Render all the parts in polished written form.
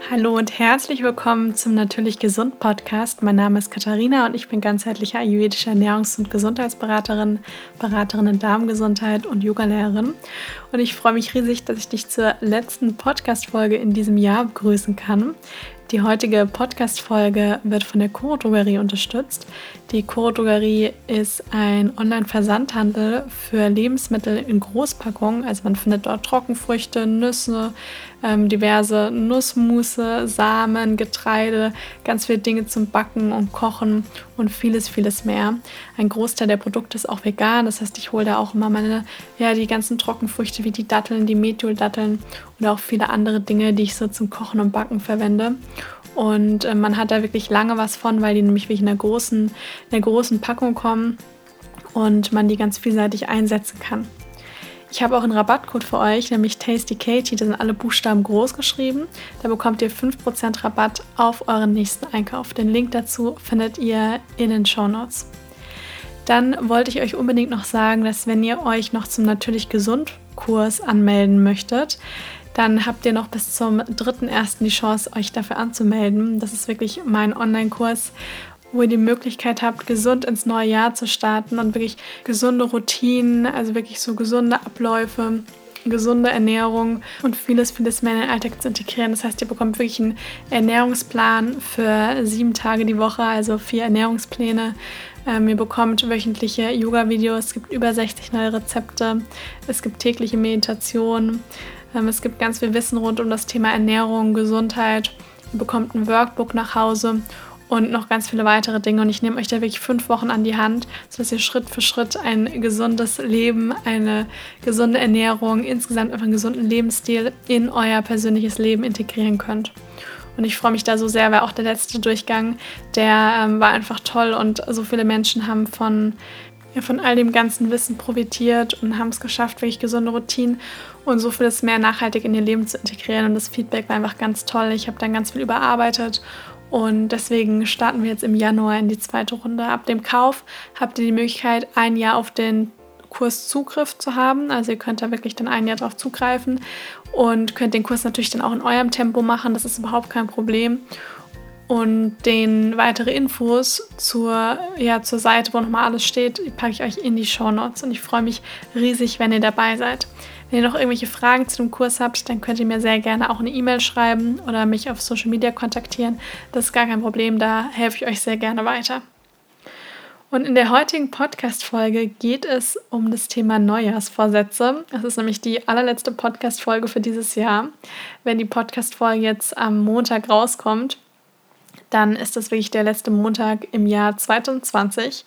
Hallo und herzlich willkommen zum Natürlich Gesund Podcast. Mein Name ist Katharina und ich bin ganzheitliche ayurvedische Ernährungs- und Gesundheitsberaterin, Beraterin in Darmgesundheit und Yogalehrerin. Und ich freue mich riesig, dass ich dich zur letzten Podcast-Folge in diesem Jahr begrüßen kann. Die heutige Podcast-Folge wird von der Koro Drogerie unterstützt. Die Koro Drogerie ist ein Online-Versandhandel für Lebensmittel in Großpackungen. Also man findet dort Trockenfrüchte, Nüsse, diverse Nussmusse, Samen, Getreide, ganz viele Dinge zum Backen und Kochen und vieles mehr. Ein Großteil der Produkte ist auch vegan, das heißt, ich hole da auch immer die ganzen Trockenfrüchte wie die Datteln, die Methyl-Datteln und auch viele andere Dinge, die ich so zum Kochen und Backen verwende. Und man hat da wirklich lange was von, weil die nämlich wirklich in einer großen Packung kommen und man die ganz vielseitig einsetzen kann. Ich habe auch einen Rabattcode für euch, nämlich TastyKatie, da sind alle Buchstaben groß geschrieben. Da bekommt ihr 5% Rabatt auf euren nächsten Einkauf. Den Link dazu findet ihr in den Shownotes. Dann wollte ich euch unbedingt noch sagen, dass wenn ihr euch noch zum Natürlich Gesund Kurs anmelden möchtet, dann habt ihr noch bis zum 3.1. die Chance, euch dafür anzumelden. Das ist wirklich mein Online-Kurs, wo ihr die Möglichkeit habt, gesund ins neue Jahr zu starten und wirklich gesunde Routinen, also wirklich so gesunde Abläufe, gesunde Ernährung und vieles mehr in den Alltag zu integrieren. Das heißt, ihr bekommt wirklich einen Ernährungsplan für 7 Tage die Woche, also 4 Ernährungspläne. Ihr bekommt wöchentliche Yoga-Videos, es gibt über 60 neue Rezepte, es gibt tägliche Meditation, es gibt ganz viel Wissen rund um das Thema Ernährung, Gesundheit. Ihr bekommt ein Workbook nach Hause und noch ganz viele weitere Dinge. Und ich nehme euch da wirklich 5 Wochen an die Hand, sodass ihr Schritt für Schritt ein gesundes Leben, eine gesunde Ernährung, insgesamt einfach einen gesunden Lebensstil in euer persönliches Leben integrieren könnt. Und ich freue mich da so sehr, weil auch der letzte Durchgang, der war einfach toll und so viele Menschen haben von all dem ganzen Wissen profitiert und haben es geschafft, wirklich gesunde Routinen und so vieles mehr nachhaltig in ihr Leben zu integrieren. Und das Feedback war einfach ganz toll. Ich habe dann ganz viel überarbeitet. Und deswegen starten wir jetzt im Januar in die 2. Runde. Ab dem Kauf habt ihr die Möglichkeit, 1 Jahr auf den Kurs Zugriff zu haben. Also ihr könnt da wirklich dann 1 Jahr drauf zugreifen und könnt den Kurs natürlich dann auch in eurem Tempo machen. Das ist überhaupt kein Problem. Und den weitere Infos zur Seite, wo nochmal alles steht, packe ich euch in die Shownotes. Und ich freue mich riesig, wenn ihr dabei seid. Wenn ihr noch irgendwelche Fragen zu dem Kurs habt, dann könnt ihr mir sehr gerne auch eine E-Mail schreiben oder mich auf Social Media kontaktieren. Das ist gar kein Problem, da helfe ich euch sehr gerne weiter. Und in der heutigen Podcast-Folge geht es um das Thema Neujahrsvorsätze. Das ist nämlich die allerletzte Podcast-Folge für dieses Jahr. Wenn die Podcast-Folge jetzt am Montag rauskommt, dann ist das wirklich der letzte Montag im Jahr 2020.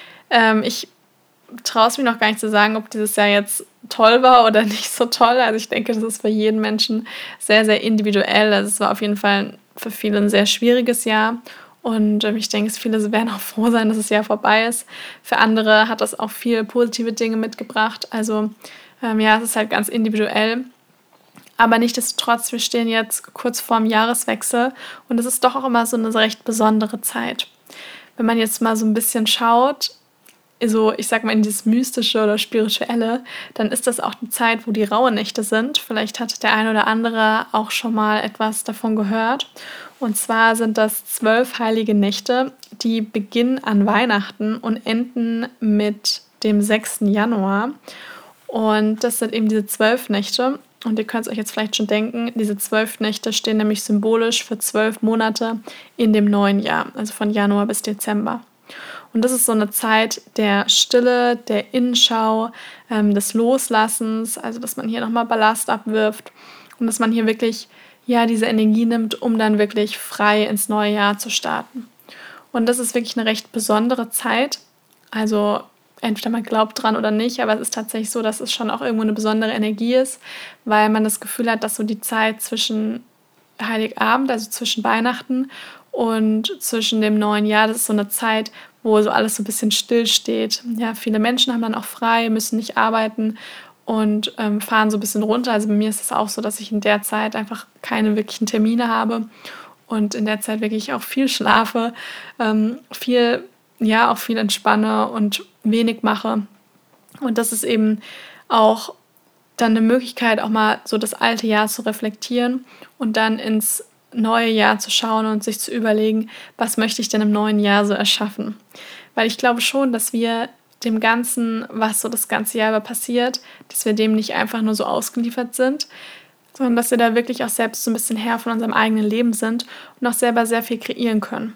Ich traue es mir noch gar nicht zu sagen, ob dieses Jahr jetzt toll war oder nicht so toll. Also ich denke, das ist für jeden Menschen sehr, sehr individuell. Also es war auf jeden Fall für viele ein sehr schwieriges Jahr. Und ich denke, viele werden auch froh sein, dass das Jahr vorbei ist. Für andere hat das auch viele positive Dinge mitgebracht. Also es ist halt ganz individuell. Aber nichtsdestotrotz, wir stehen jetzt kurz vorm Jahreswechsel und es ist doch auch immer so eine recht besondere Zeit. Wenn man jetzt mal so ein bisschen schaut, so ich sag mal in dieses Mystische oder Spirituelle, dann ist das auch die Zeit, wo die Rauhnächte sind. Vielleicht hat der eine oder andere auch schon mal etwas davon gehört. Und zwar sind das 12 heilige Nächte, die beginnen an Weihnachten und enden mit dem 6. Januar. Und das sind eben diese 12 Nächte. Und ihr könnt es euch jetzt vielleicht schon denken, diese 12 Nächte stehen nämlich symbolisch für 12 Monate in dem neuen Jahr, also von Januar bis Dezember. Und das ist so eine Zeit der Stille, der Innenschau, des Loslassens, also dass man hier nochmal Ballast abwirft und dass man hier wirklich diese Energie nimmt, um dann wirklich frei ins neue Jahr zu starten. Und das ist wirklich eine recht besondere Zeit, also entweder man glaubt dran oder nicht, aber es ist tatsächlich so, dass es schon auch irgendwo eine besondere Energie ist, weil man das Gefühl hat, dass so die Zeit zwischen Heiligabend, also zwischen Weihnachten und zwischen dem neuen Jahr, das ist so eine Zeit, wo so alles so ein bisschen still steht. Ja, viele Menschen haben dann auch frei, müssen nicht arbeiten und fahren so ein bisschen runter. Also bei mir ist es auch so, dass ich in der Zeit einfach keine wirklichen Termine habe und in der Zeit wirklich auch viel schlafe, auch viel entspanne und wenig mache. Und das ist eben auch dann eine Möglichkeit, auch mal so das alte Jahr zu reflektieren und dann ins neue Jahr zu schauen und sich zu überlegen, was möchte ich denn im neuen Jahr so erschaffen. Weil ich glaube schon, dass wir dem Ganzen, was so das ganze Jahr über passiert, dass wir dem nicht einfach nur so ausgeliefert sind, sondern dass wir da wirklich auch selbst so ein bisschen Herr von unserem eigenen Leben sind und auch selber sehr viel kreieren können.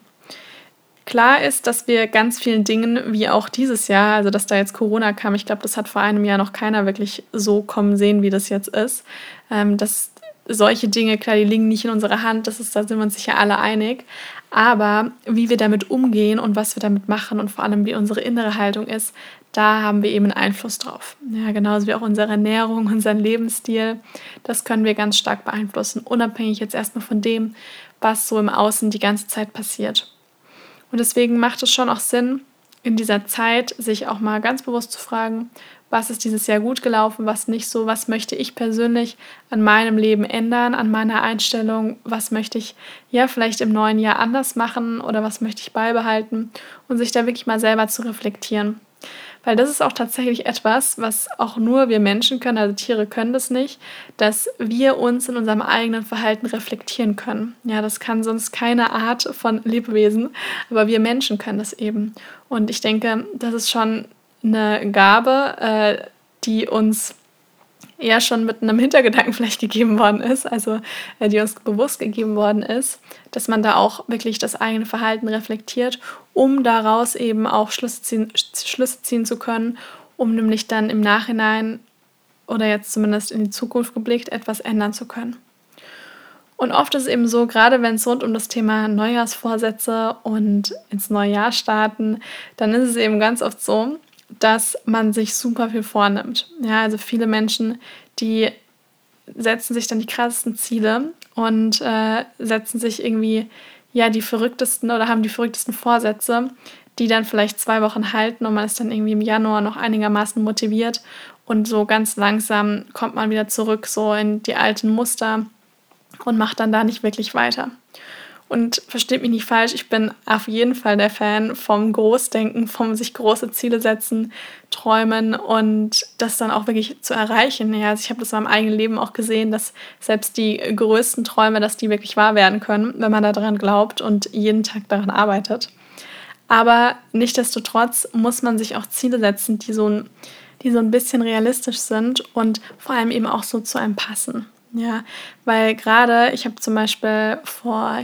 Klar ist, dass wir ganz vielen Dingen, wie auch dieses Jahr, also dass da jetzt Corona kam, ich glaube, das hat vor einem Jahr noch keiner wirklich so kommen sehen, wie das jetzt ist, dass solche Dinge, klar, die liegen nicht in unserer Hand, da sind wir uns sicher alle einig, aber wie wir damit umgehen und was wir damit machen und vor allem wie unsere innere Haltung ist, da haben wir eben einen Einfluss drauf. Ja, genauso wie auch unsere Ernährung, unseren Lebensstil, das können wir ganz stark beeinflussen, unabhängig jetzt erstmal von dem, was so im Außen die ganze Zeit passiert. Und deswegen macht es schon auch Sinn, in dieser Zeit sich auch mal ganz bewusst zu fragen, was ist dieses Jahr gut gelaufen, was nicht so, was möchte ich persönlich an meinem Leben ändern, an meiner Einstellung, was möchte ich ja vielleicht im neuen Jahr anders machen oder was möchte ich beibehalten und sich da wirklich mal selber zu reflektieren. Weil das ist auch tatsächlich etwas, was auch nur wir Menschen können, also Tiere können das nicht, dass wir uns in unserem eigenen Verhalten reflektieren können. Ja, das kann sonst keine Art von Lebewesen, aber wir Menschen können das eben. Und ich denke, das ist schon eine Gabe, die uns eher schon mit einem Hintergedanken vielleicht gegeben worden ist, also die uns bewusst gegeben worden ist, dass man da auch wirklich das eigene Verhalten reflektiert, um daraus eben auch Schlüsse ziehen zu können, um nämlich dann im Nachhinein oder jetzt zumindest in die Zukunft geblickt etwas ändern zu können. Und oft ist es eben so, gerade wenn es rund um das Thema Neujahrsvorsätze und ins neue Jahr starten, dann ist es eben ganz oft so, dass man sich super viel vornimmt. Ja, also viele Menschen, die setzen sich dann die krassesten Ziele und setzen sich irgendwie ja die verrücktesten oder haben die verrücktesten Vorsätze, die dann vielleicht 2 Wochen halten und man ist dann irgendwie im Januar noch einigermaßen motiviert und so ganz langsam kommt man wieder zurück so in die alten Muster und macht dann da nicht wirklich weiter. Und versteht mich nicht falsch, ich bin auf jeden Fall der Fan vom Großdenken, vom sich große Ziele setzen, träumen und das dann auch wirklich zu erreichen. Ja, also ich habe das in meinem eigenen Leben auch gesehen, dass selbst die größten Träume, dass die wirklich wahr werden können, wenn man daran glaubt und jeden Tag daran arbeitet. Aber nichtsdestotrotz muss man sich auch Ziele setzen, die so ein bisschen realistisch sind und vor allem eben auch so zu einem passen. Ja, weil gerade, ich habe zum Beispiel vor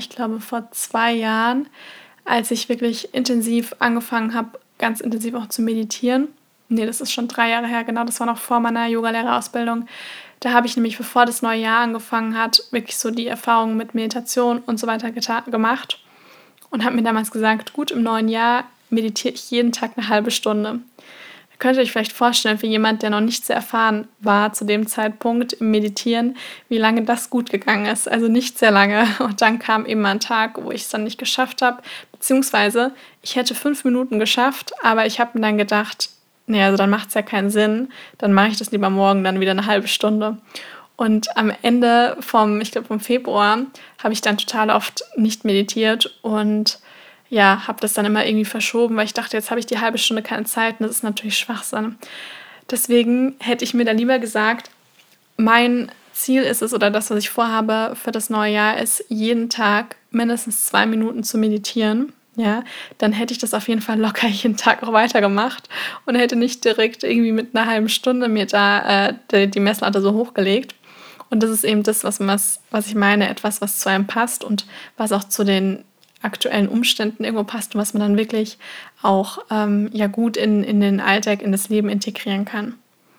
2 Jahren, als ich wirklich intensiv angefangen habe, ganz intensiv auch zu meditieren, das ist schon 3 Jahre her, genau, das war noch vor meiner Yogalehrerausbildung, da habe ich nämlich, bevor das neue Jahr angefangen hat, wirklich so die Erfahrungen mit Meditation und so weiter gemacht und habe mir damals gesagt, gut, im neuen Jahr meditiere ich jeden Tag eine halbe Stunde. Könnt ihr euch vielleicht vorstellen, für jemanden, der noch nicht sehr erfahren war zu dem Zeitpunkt im Meditieren, wie lange das gut gegangen ist. Also nicht sehr lange. Und dann kam eben mal ein Tag, wo ich es dann nicht geschafft habe. Beziehungsweise ich hätte 5 Minuten geschafft, aber ich habe mir dann gedacht, nee, also dann macht es ja keinen Sinn. Dann mache ich das lieber morgen dann wieder eine halbe Stunde. Und am Ende vom Februar habe ich dann total oft nicht meditiert und ja, habe das dann immer irgendwie verschoben, weil ich dachte, jetzt habe ich die halbe Stunde keine Zeit und das ist natürlich Schwachsinn. Deswegen hätte ich mir dann lieber gesagt, mein Ziel ist es oder das, was ich vorhabe für das neue Jahr, ist, jeden Tag mindestens 2 Minuten zu meditieren. Ja, dann hätte ich das auf jeden Fall locker jeden Tag auch weitergemacht und hätte nicht direkt irgendwie mit einer halben Stunde mir da die Messlatte so hochgelegt. Und das ist eben das, was ich meine, etwas, was zu einem passt und was auch zu den aktuellen Umständen irgendwo passt und was man dann wirklich auch gut in den Alltag, in das Leben integrieren kann.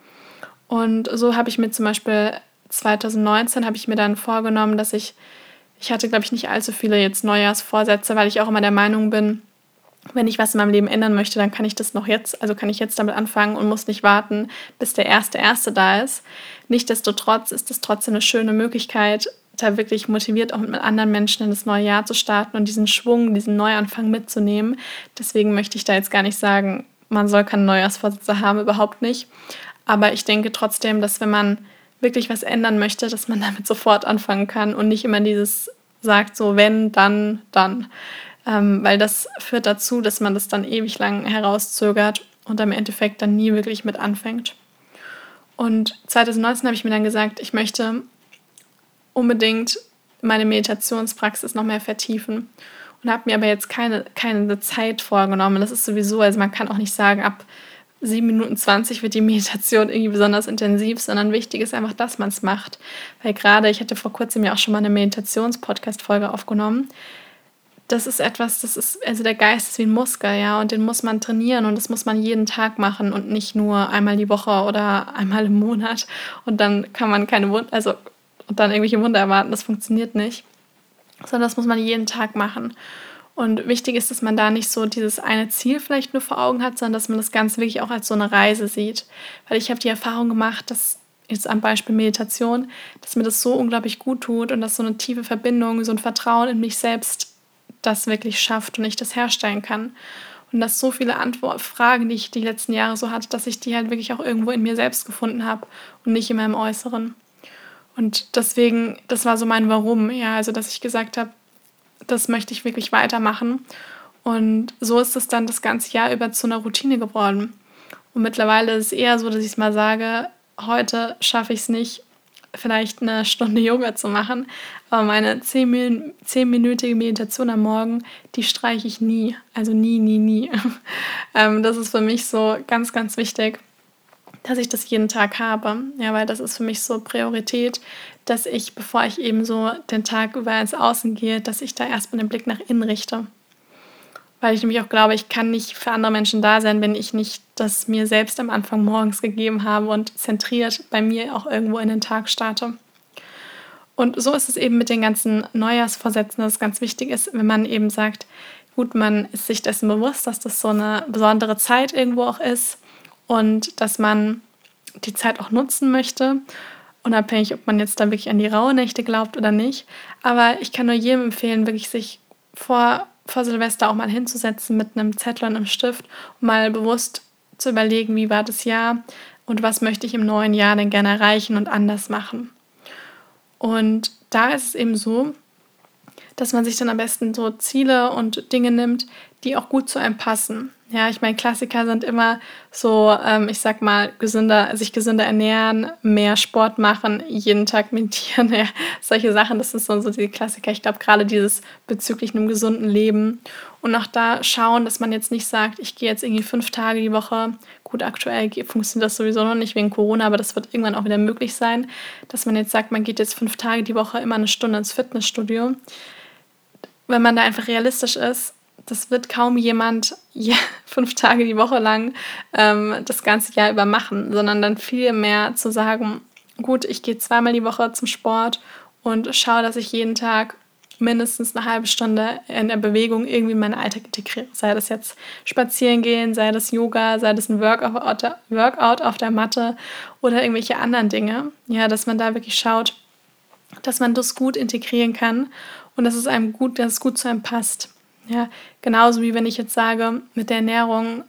Und so habe ich mir zum Beispiel 2019 habe ich mir dann vorgenommen, dass ich hatte, glaube ich, nicht allzu viele jetzt Neujahrsvorsätze, weil ich auch immer der Meinung bin, wenn ich was in meinem Leben ändern möchte, dann kann ich das noch jetzt, also kann ich jetzt damit anfangen und muss nicht warten, bis der 1.1. da ist. Nichtsdestotrotz ist es trotzdem eine schöne Möglichkeit, da wirklich motiviert auch mit anderen Menschen in das neue Jahr zu starten und diesen Schwung, diesen Neuanfang mitzunehmen. Deswegen möchte ich da jetzt gar nicht sagen, man soll keine Neujahrsvorsätze haben, überhaupt nicht. Aber ich denke trotzdem, dass wenn man wirklich was ändern möchte, dass man damit sofort anfangen kann und nicht immer dieses sagt, so wenn, dann. Weil das führt dazu, dass man das dann ewig lang herauszögert und am Endeffekt dann nie wirklich mit anfängt. Und 2019 habe ich mir dann gesagt, ich möchte unbedingt meine Meditationspraxis noch mehr vertiefen. Und habe mir aber jetzt keine Zeit vorgenommen. Das ist sowieso, also man kann auch nicht sagen, ab 7 Minuten 20 wird die Meditation irgendwie besonders intensiv, sondern wichtig ist einfach, dass man es macht. Weil gerade, ich hatte vor kurzem ja auch schon mal eine Meditations-Podcast-Folge aufgenommen. Das ist etwas, also der Geist ist wie ein Muskel, ja, und den muss man trainieren und das muss man jeden Tag machen und nicht nur einmal die Woche oder einmal im Monat. Und dann kann man und dann irgendwelche Wunder erwarten, das funktioniert nicht. Sondern das muss man jeden Tag machen. Und wichtig ist, dass man da nicht so dieses eine Ziel vielleicht nur vor Augen hat, sondern dass man das Ganze wirklich auch als so eine Reise sieht. Weil ich habe die Erfahrung gemacht, dass jetzt am Beispiel Meditation, dass mir das so unglaublich gut tut und dass so eine tiefe Verbindung, so ein Vertrauen in mich selbst das wirklich schafft und ich das herstellen kann. Und dass so viele Fragen, die ich die letzten Jahre so hatte, dass ich die halt wirklich auch irgendwo in mir selbst gefunden habe und nicht in meinem Äußeren. Und deswegen, das war so mein Warum, ja, also dass ich gesagt habe, das möchte ich wirklich weitermachen. Und so ist es dann das ganze Jahr über zu einer Routine geworden. Und mittlerweile ist es eher so, dass ich mal sage, heute schaffe ich es nicht, vielleicht eine Stunde Yoga zu machen, aber meine 10-minütige Meditation am Morgen, die streiche ich nie. Also nie, nie, nie. Das ist für mich so ganz, ganz wichtig, dass ich das jeden Tag habe. Ja, weil das ist für mich so Priorität, dass ich, bevor ich eben so den Tag über ins Außen gehe, dass ich da erstmal den Blick nach innen richte. Weil ich nämlich auch glaube, ich kann nicht für andere Menschen da sein, wenn ich nicht das mir selbst am Anfang morgens gegeben habe und zentriert bei mir auch irgendwo in den Tag starte. Und so ist es eben mit den ganzen Neujahrsvorsätzen, dass es ganz wichtig ist, wenn man eben sagt, gut, man ist sich dessen bewusst, dass das so eine besondere Zeit irgendwo auch ist und dass man die Zeit auch nutzen möchte, unabhängig, ob man jetzt da wirklich an die Rauhnächte glaubt oder nicht. Aber ich kann nur jedem empfehlen, wirklich sich vor Silvester auch mal hinzusetzen mit einem Zettel und einem Stift und mal bewusst zu überlegen, wie war das Jahr und was möchte ich im neuen Jahr denn gerne erreichen und anders machen. Und da ist es eben so, dass man sich dann am besten so Ziele und Dinge nimmt, die auch gut zu einem passen. Ja, ich meine, Klassiker sind immer so, ich sag mal, sich gesünder ernähren, mehr Sport machen, jeden Tag meditieren, ja, solche Sachen, das ist so die Klassiker. Ich glaube, gerade dieses bezüglich einem gesunden Leben und auch da schauen, dass man jetzt nicht sagt, ich gehe jetzt irgendwie 5 Tage die Woche. Gut, aktuell funktioniert das sowieso noch nicht wegen Corona, aber das wird irgendwann auch wieder möglich sein, dass man jetzt sagt, man geht jetzt 5 Tage die Woche immer eine Stunde ins Fitnessstudio. Wenn man da einfach realistisch ist, das wird kaum jemand 5 Tage die Woche lang das ganze Jahr über machen, sondern dann viel mehr zu sagen, gut, ich gehe 2-mal die Woche zum Sport und schaue, dass ich jeden Tag mindestens eine halbe Stunde in der Bewegung irgendwie in meinen Alltag integriere. Sei das jetzt spazieren gehen, sei das Yoga, sei das ein Workout auf der Matte oder irgendwelche anderen Dinge. Ja, dass man da wirklich schaut, dass man das gut integrieren kann und dass es gut zu einem passt. Ja, genauso wie wenn ich jetzt sage, mit der Ernährung,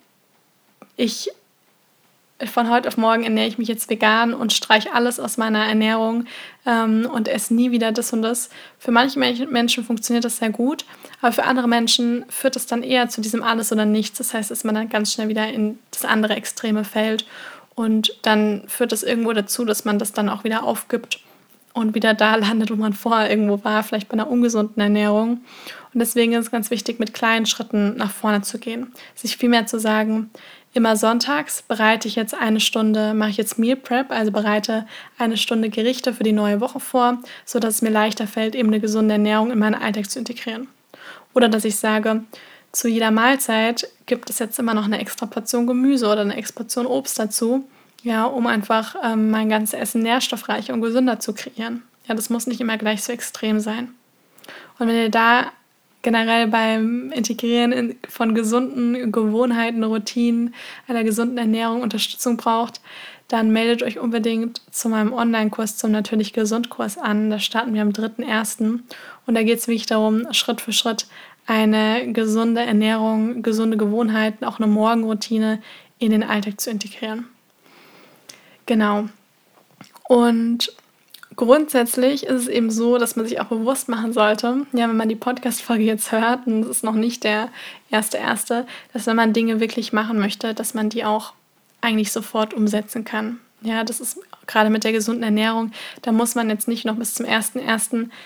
von heute auf morgen ernähre ich mich jetzt vegan und streiche alles aus meiner Ernährung und esse nie wieder das und das. Für manche Menschen funktioniert das sehr gut, aber für andere Menschen führt es dann eher zu diesem alles oder nichts. Das heißt, dass man dann ganz schnell wieder in das andere Extreme fällt und dann führt das irgendwo dazu, dass man das dann auch wieder aufgibt und wieder da landet, wo man vorher irgendwo war, vielleicht bei einer ungesunden Ernährung. Und deswegen ist es ganz wichtig, mit kleinen Schritten nach vorne zu gehen. Sich vielmehr zu sagen, immer sonntags bereite ich jetzt 1 Stunde, mache ich jetzt Meal Prep, also bereite 1 Stunde Gerichte für die neue Woche vor, sodass es mir leichter fällt, eben eine gesunde Ernährung in meinen Alltag zu integrieren. Oder dass ich sage, zu jeder Mahlzeit gibt es jetzt immer noch eine extra Portion Gemüse oder eine extra Portion Obst dazu, ja, um einfach mein ganzes Essen nährstoffreicher und gesünder zu kreieren. Ja, das muss nicht immer gleich so extrem sein. Und wenn ihr da generell beim Integrieren von gesunden Gewohnheiten, Routinen, einer gesunden Ernährung Unterstützung braucht, dann meldet euch unbedingt zu meinem Online-Kurs zum Natürlich-Gesund-Kurs an. Da starten wir am 3.1. Und da geht es wirklich darum, Schritt für Schritt eine gesunde Ernährung, gesunde Gewohnheiten, auch eine Morgenroutine in den Alltag zu integrieren. Genau. Und grundsätzlich ist es eben so, dass man sich auch bewusst machen sollte, ja, wenn man die Podcast-Folge jetzt hört, und es ist noch nicht der 1.1., dass wenn man Dinge wirklich machen möchte, dass man die auch eigentlich sofort umsetzen kann. Ja, das ist gerade mit der gesunden Ernährung, da muss man jetzt nicht noch bis zum 1.1.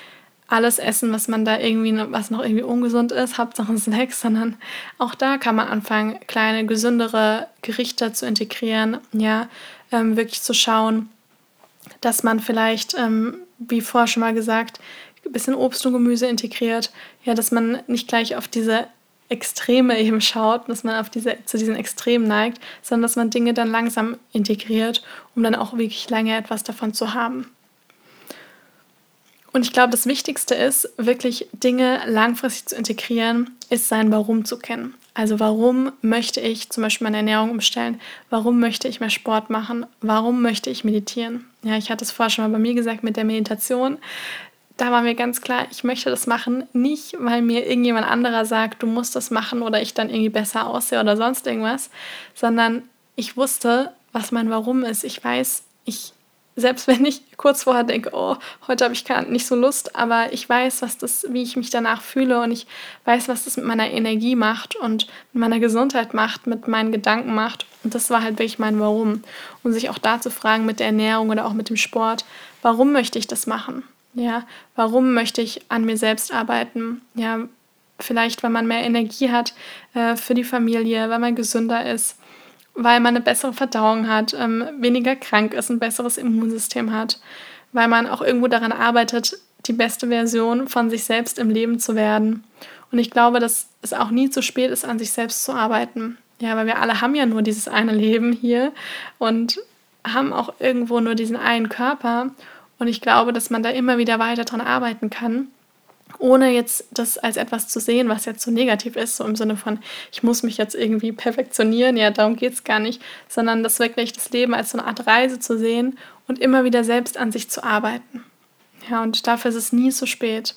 alles essen, was man da irgendwie, was noch irgendwie ungesund ist, Hauptsache Snacks, sondern auch da kann man anfangen, kleine, gesündere Gerichte zu integrieren, ja, wirklich zu schauen, dass man vielleicht, wie vorher schon mal gesagt, ein bisschen Obst und Gemüse integriert, ja, dass man nicht gleich auf diese Extreme eben schaut, dass man zu diesen Extremen neigt, sondern dass man Dinge dann langsam integriert, um dann auch wirklich lange etwas davon zu haben. Und ich glaube, das Wichtigste ist, wirklich Dinge langfristig zu integrieren, ist sein Warum zu kennen. Also warum möchte ich zum Beispiel meine Ernährung umstellen? Warum möchte ich mehr Sport machen? Warum möchte ich meditieren? Ja, ich hatte es vorher schon mal bei mir gesagt mit der Meditation. Da war mir ganz klar, ich möchte das machen, nicht weil mir irgendjemand anderer sagt, du musst das machen oder ich dann irgendwie besser aussehe oder sonst irgendwas, sondern ich wusste, was mein Warum ist. Ich weiß, selbst wenn ich kurz vorher denke, oh, heute habe ich nicht so Lust, aber ich weiß, wie ich mich danach fühle und ich weiß, was das mit meiner Energie macht und mit meiner Gesundheit macht, mit meinen Gedanken macht. Und das war halt wirklich mein Warum. Und sich auch da zu fragen mit der Ernährung oder auch mit dem Sport, warum möchte ich das machen? Ja, warum möchte ich an mir selbst arbeiten? Ja, vielleicht, weil man mehr Energie hat für die Familie, weil man gesünder ist, weil man eine bessere Verdauung hat, weniger krank ist, ein besseres Immunsystem hat, weil man auch irgendwo daran arbeitet, die beste Version von sich selbst im Leben zu werden. Und ich glaube, dass es auch nie zu spät ist, an sich selbst zu arbeiten. Ja, weil wir alle haben ja nur dieses eine Leben hier und haben auch irgendwo nur diesen einen Körper. Und ich glaube, dass man da immer wieder weiter dran arbeiten kann, ohne jetzt das als etwas zu sehen, was jetzt so negativ ist, so im Sinne von, ich muss mich jetzt irgendwie perfektionieren, ja, darum geht es gar nicht, sondern das wirklich das Leben als so eine Art Reise zu sehen und immer wieder selbst an sich zu arbeiten. Ja, und dafür ist es nie zu spät.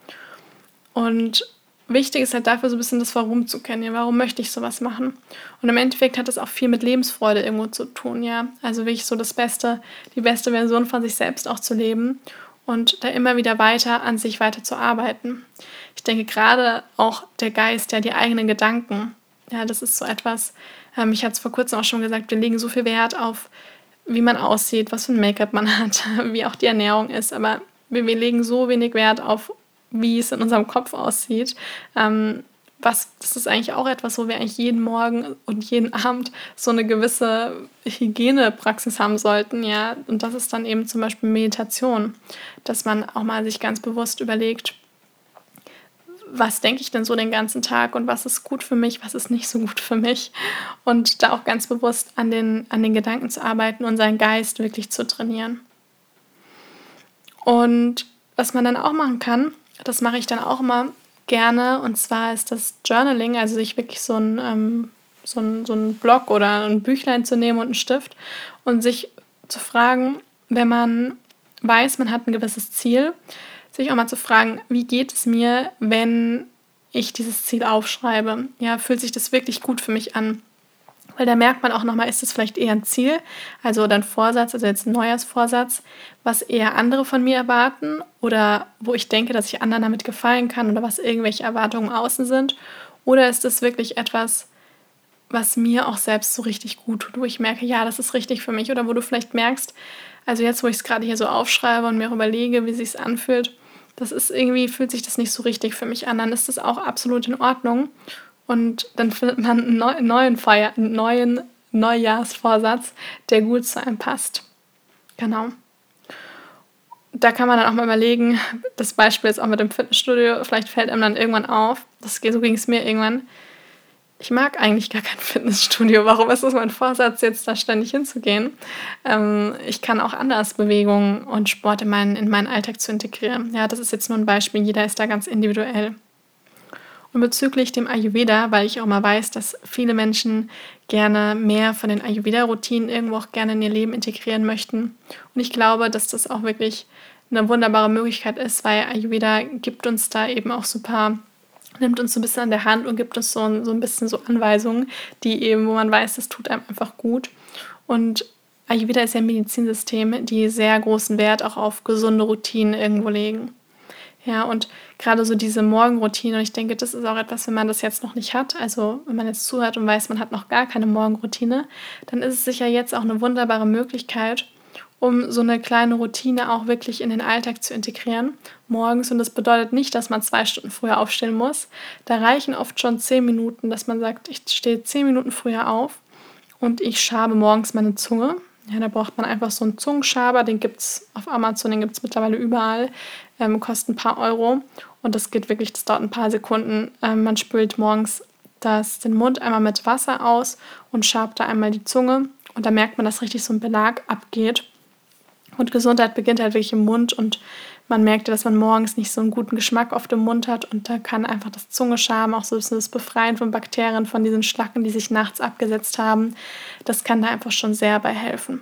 Und wichtig ist halt dafür so ein bisschen das Warum zu kennen. Ja, warum möchte ich sowas machen? Und im Endeffekt hat das auch viel mit Lebensfreude irgendwo zu tun, ja. Also wirklich so die beste Version von sich selbst auch zu leben und da immer wieder weiter an sich weiter zu arbeiten. Ich denke gerade auch der Geist, ja, die eigenen Gedanken, ja, das ist so etwas, ich hatte es vor kurzem auch schon gesagt, wir legen so viel Wert auf, wie man aussieht, was für ein Make-up man hat, wie auch die Ernährung ist, aber wir legen so wenig Wert auf, wie es in unserem Kopf aussieht. Das ist eigentlich auch etwas, wo wir eigentlich jeden Morgen und jeden Abend so eine gewisse Hygienepraxis haben sollten, ja. Und das ist dann eben zum Beispiel Meditation, dass man auch mal sich ganz bewusst überlegt, was denke ich denn so den ganzen Tag und was ist gut für mich, was ist nicht so gut für mich. Und da auch ganz bewusst an den Gedanken zu arbeiten und seinen Geist wirklich zu trainieren. Und was man dann auch machen kann, das mache ich dann auch immer gerne, und zwar ist das Journaling, also sich wirklich so ein Block oder ein Büchlein zu nehmen und einen Stift und sich zu fragen, wenn man weiß, man hat ein gewisses Ziel, sich auch mal zu fragen, wie geht es mir, wenn ich dieses Ziel aufschreibe? Ja, fühlt sich das wirklich gut für mich an? Weil da merkt man auch nochmal, ist es vielleicht eher ein Ziel, also oder ein Vorsatz, also jetzt ein Neujahrsvorsatz, was eher andere von mir erwarten oder wo ich denke, dass ich anderen damit gefallen kann oder was irgendwelche Erwartungen außen sind. Oder ist es wirklich etwas, was mir auch selbst so richtig gut tut, wo ich merke, ja, das ist richtig für mich. Oder wo du vielleicht merkst, also jetzt, wo ich es gerade hier so aufschreibe und mir überlege, wie es sich anfühlt, fühlt sich das nicht so richtig für mich an. Dann ist das auch absolut in Ordnung. Und dann findet man einen neuen Neujahrsvorsatz, der gut zu einem passt. Genau. Da kann man dann auch mal überlegen, das Beispiel ist auch mit dem Fitnessstudio, vielleicht fällt einem dann irgendwann auf, so ging es mir irgendwann, ich mag eigentlich gar kein Fitnessstudio, warum ist es mein Vorsatz, jetzt da ständig hinzugehen? Ich kann auch anders Bewegung und Sport in meinen Alltag zu integrieren. Ja, das ist jetzt nur ein Beispiel, jeder ist da ganz individuell. Und bezüglich dem Ayurveda, weil ich auch mal weiß, dass viele Menschen gerne mehr von den Ayurveda-Routinen irgendwo auch gerne in ihr Leben integrieren möchten. Und ich glaube, dass das auch wirklich eine wunderbare Möglichkeit ist, weil Ayurveda gibt uns da eben auch nimmt uns so ein bisschen an der Hand und gibt uns so ein bisschen so Anweisungen, wo man weiß, das tut einem einfach gut. Und Ayurveda ist ja ein Medizinsystem, die sehr großen Wert auch auf gesunde Routinen irgendwo legen. Ja, und gerade so diese Morgenroutine, und ich denke, das ist auch etwas, wenn man das jetzt noch nicht hat, also wenn man jetzt zuhört und weiß, man hat noch gar keine Morgenroutine, dann ist es sicher jetzt auch eine wunderbare Möglichkeit, um so eine kleine Routine auch wirklich in den Alltag zu integrieren morgens. Und das bedeutet nicht, dass man 2 Stunden früher aufstehen muss. Da reichen oft schon 10 Minuten, dass man sagt, ich stehe 10 Minuten früher auf und ich schabe morgens meine Zunge. Ja, da braucht man einfach so einen Zungenschaber, den gibt es auf Amazon, den gibt es mittlerweile überall, kostet ein paar Euro und das geht wirklich, das dauert ein paar Sekunden. Man spült morgens den Mund einmal mit Wasser aus und schabt da einmal die Zunge und da merkt man, dass richtig so ein Belag abgeht. Und Gesundheit beginnt halt wirklich im Mund und man merkt, dass man morgens nicht so einen guten Geschmack auf dem Mund hat und da kann einfach das Zungeschaben, auch so ein bisschen das Befreien von Bakterien, von diesen Schlacken, die sich nachts abgesetzt haben, das kann da einfach schon sehr bei helfen.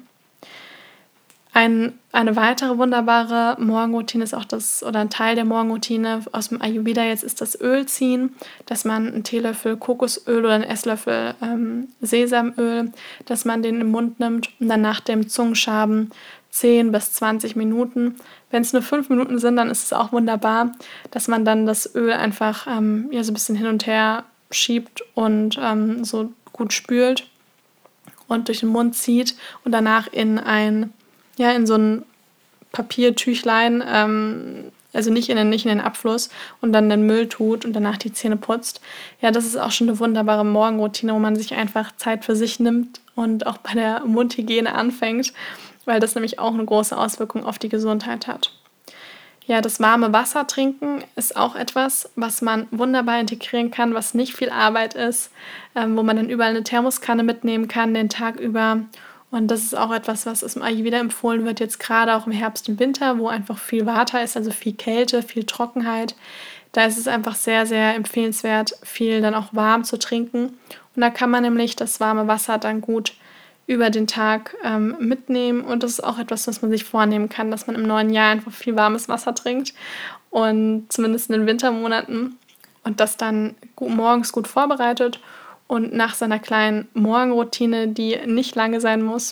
Eine weitere wunderbare Morgenroutine ist auch oder ein Teil der Morgenroutine aus dem Ayurveda jetzt ist das Ölziehen, dass man einen Teelöffel Kokosöl oder einen Esslöffel Sesamöl, dass man den im Mund nimmt und dann nach dem Zungenschaben 10 bis 20 Minuten. Wenn es nur 5 Minuten sind, dann ist es auch wunderbar, dass man dann das Öl einfach so ein bisschen hin und her schiebt und so gut spült und durch den Mund zieht und danach in so ein Papiertüchlein, also nicht in den Abfluss und dann den Müll tut und danach die Zähne putzt. Ja, das ist auch schon eine wunderbare Morgenroutine, wo man sich einfach Zeit für sich nimmt und auch bei der Mundhygiene anfängt, weil das nämlich auch eine große Auswirkung auf die Gesundheit hat. Ja, das warme Wasser trinken ist auch etwas, was man wunderbar integrieren kann, was nicht viel Arbeit ist, wo man dann überall eine Thermoskanne mitnehmen kann den Tag über. Und das ist auch etwas, was im Ayurveda empfohlen wird, jetzt gerade auch im Herbst und Winter, wo einfach viel Vata ist, also viel Kälte, viel Trockenheit. Da ist es einfach sehr, sehr empfehlenswert, viel dann auch warm zu trinken. Und da kann man nämlich das warme Wasser dann gut über den Tag mitnehmen. Und das ist auch etwas, was man sich vornehmen kann, dass man im neuen Jahr einfach viel warmes Wasser trinkt. Und zumindest in den Wintermonaten. Und das dann morgens gut vorbereitet. Und nach seiner kleinen Morgenroutine, die nicht lange sein muss,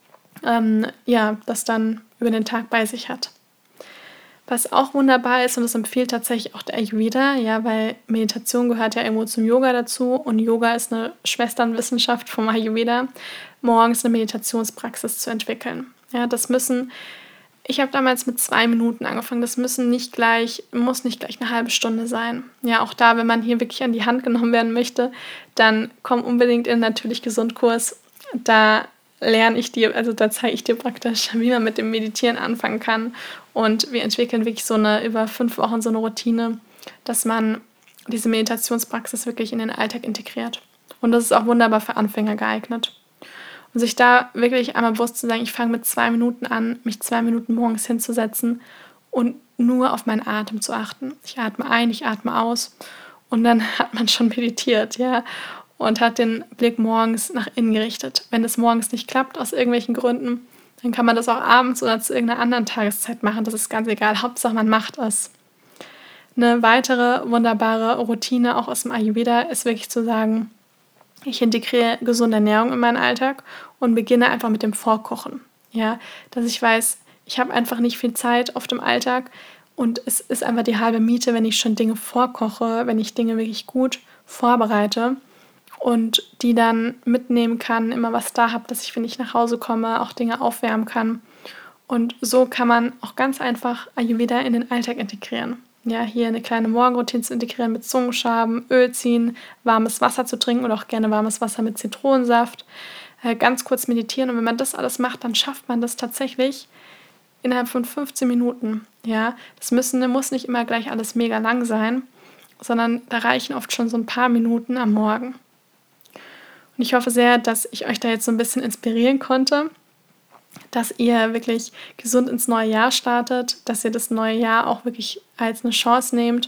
das dann über den Tag bei sich hat. Was auch wunderbar ist, und das empfiehlt tatsächlich auch der Ayurveda, ja, weil Meditation gehört ja irgendwo zum Yoga dazu und Yoga ist eine Schwesternwissenschaft vom Ayurveda, morgens eine Meditationspraxis zu entwickeln. Ja, ich habe damals mit 2 Minuten angefangen, das muss nicht gleich eine halbe Stunde sein. Ja, auch da, wenn man hier wirklich an die Hand genommen werden möchte, dann komm unbedingt in den Natürlich-Gesund-Kurs, da da zeige ich dir praktisch, wie man mit dem Meditieren anfangen kann. Und wir entwickeln wirklich über 5 Wochen so eine Routine, dass man diese Meditationspraxis wirklich in den Alltag integriert. Und das ist auch wunderbar für Anfänger geeignet. Und sich da wirklich einmal bewusst zu sagen, ich fange mit 2 Minuten an, mich 2 Minuten morgens hinzusetzen und nur auf meinen Atem zu achten. Ich atme ein, ich atme aus und dann hat man schon meditiert, ja. Und hat den Blick morgens nach innen gerichtet. Wenn es morgens nicht klappt, aus irgendwelchen Gründen, dann kann man das auch abends oder zu irgendeiner anderen Tageszeit machen. Das ist ganz egal. Hauptsache, man macht es. Eine weitere wunderbare Routine, auch aus dem Ayurveda, ist wirklich zu sagen, ich integriere gesunde Ernährung in meinen Alltag und beginne einfach mit dem Vorkochen. Ja, dass ich weiß, ich habe einfach nicht viel Zeit auf dem Alltag und es ist einfach die halbe Miete, wenn ich schon Dinge vorkoche, wenn ich Dinge wirklich gut vorbereite und die dann mitnehmen kann, immer was da habe, dass ich, wenn ich nach Hause komme, auch Dinge aufwärmen kann. Und so kann man auch ganz einfach Ayurveda in den Alltag integrieren. Ja, hier eine kleine Morgenroutine zu integrieren mit Zungenschaben, Öl ziehen, warmes Wasser zu trinken oder auch gerne warmes Wasser mit Zitronensaft, ganz kurz meditieren. Und wenn man das alles macht, dann schafft man das tatsächlich innerhalb von 15 Minuten. Ja, muss nicht immer gleich alles mega lang sein, sondern da reichen oft schon so ein paar Minuten am Morgen. Und ich hoffe sehr, dass ich euch da jetzt so ein bisschen inspirieren konnte, dass ihr wirklich gesund ins neue Jahr startet, dass ihr das neue Jahr auch wirklich als eine Chance nehmt,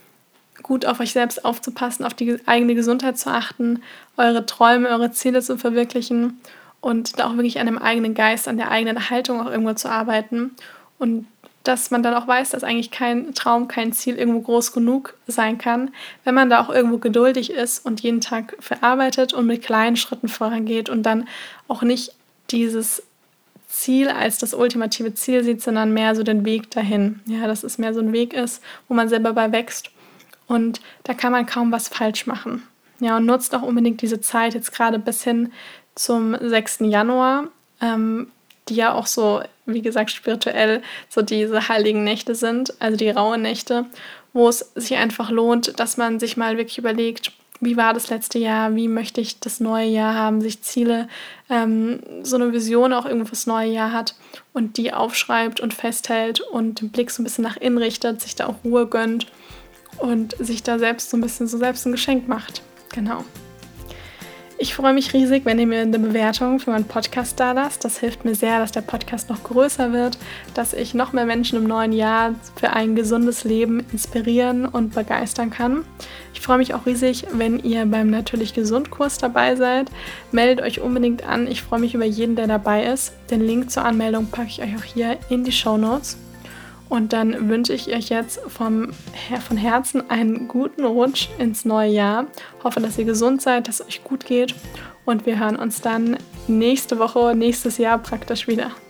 gut auf euch selbst aufzupassen, auf die eigene Gesundheit zu achten, eure Träume, eure Ziele zu verwirklichen und da auch wirklich an dem eigenen Geist, an der eigenen Haltung auch irgendwo zu arbeiten und dass man dann auch weiß, dass eigentlich kein Traum, kein Ziel irgendwo groß genug sein kann, wenn man da auch irgendwo geduldig ist und jeden Tag verarbeitet und mit kleinen Schritten vorangeht und dann auch nicht dieses Ziel als das ultimative Ziel sieht, sondern mehr so den Weg dahin. Ja, dass es mehr so ein Weg ist, wo man selber bei wächst und da kann man kaum was falsch machen. Ja, und nutzt auch unbedingt diese Zeit jetzt gerade bis hin zum 6. Januar, die ja auch so wie gesagt, spirituell so diese heiligen Nächte sind, also die rauen Nächte, wo es sich einfach lohnt, dass man sich mal wirklich überlegt, wie war das letzte Jahr, wie möchte ich das neue Jahr haben, sich Ziele, so eine Vision auch irgendwo fürs neue Jahr hat und die aufschreibt und festhält und den Blick so ein bisschen nach innen richtet, sich da auch Ruhe gönnt und sich da selbst so ein bisschen so selbst ein Geschenk macht. Genau. Ich freue mich riesig, wenn ihr mir eine Bewertung für meinen Podcast da lasst. Das hilft mir sehr, dass der Podcast noch größer wird, dass ich noch mehr Menschen im neuen Jahr für ein gesundes Leben inspirieren und begeistern kann. Ich freue mich auch riesig, wenn ihr beim Natürlich Gesund Kurs dabei seid. Meldet euch unbedingt an. Ich freue mich über jeden, der dabei ist. Den Link zur Anmeldung packe ich euch auch hier in die Shownotes. Und dann wünsche ich euch jetzt von Herzen einen guten Rutsch ins neue Jahr. Hoffe, dass ihr gesund seid, dass es euch gut geht. Und wir hören uns dann nächste Woche, nächstes Jahr praktisch wieder.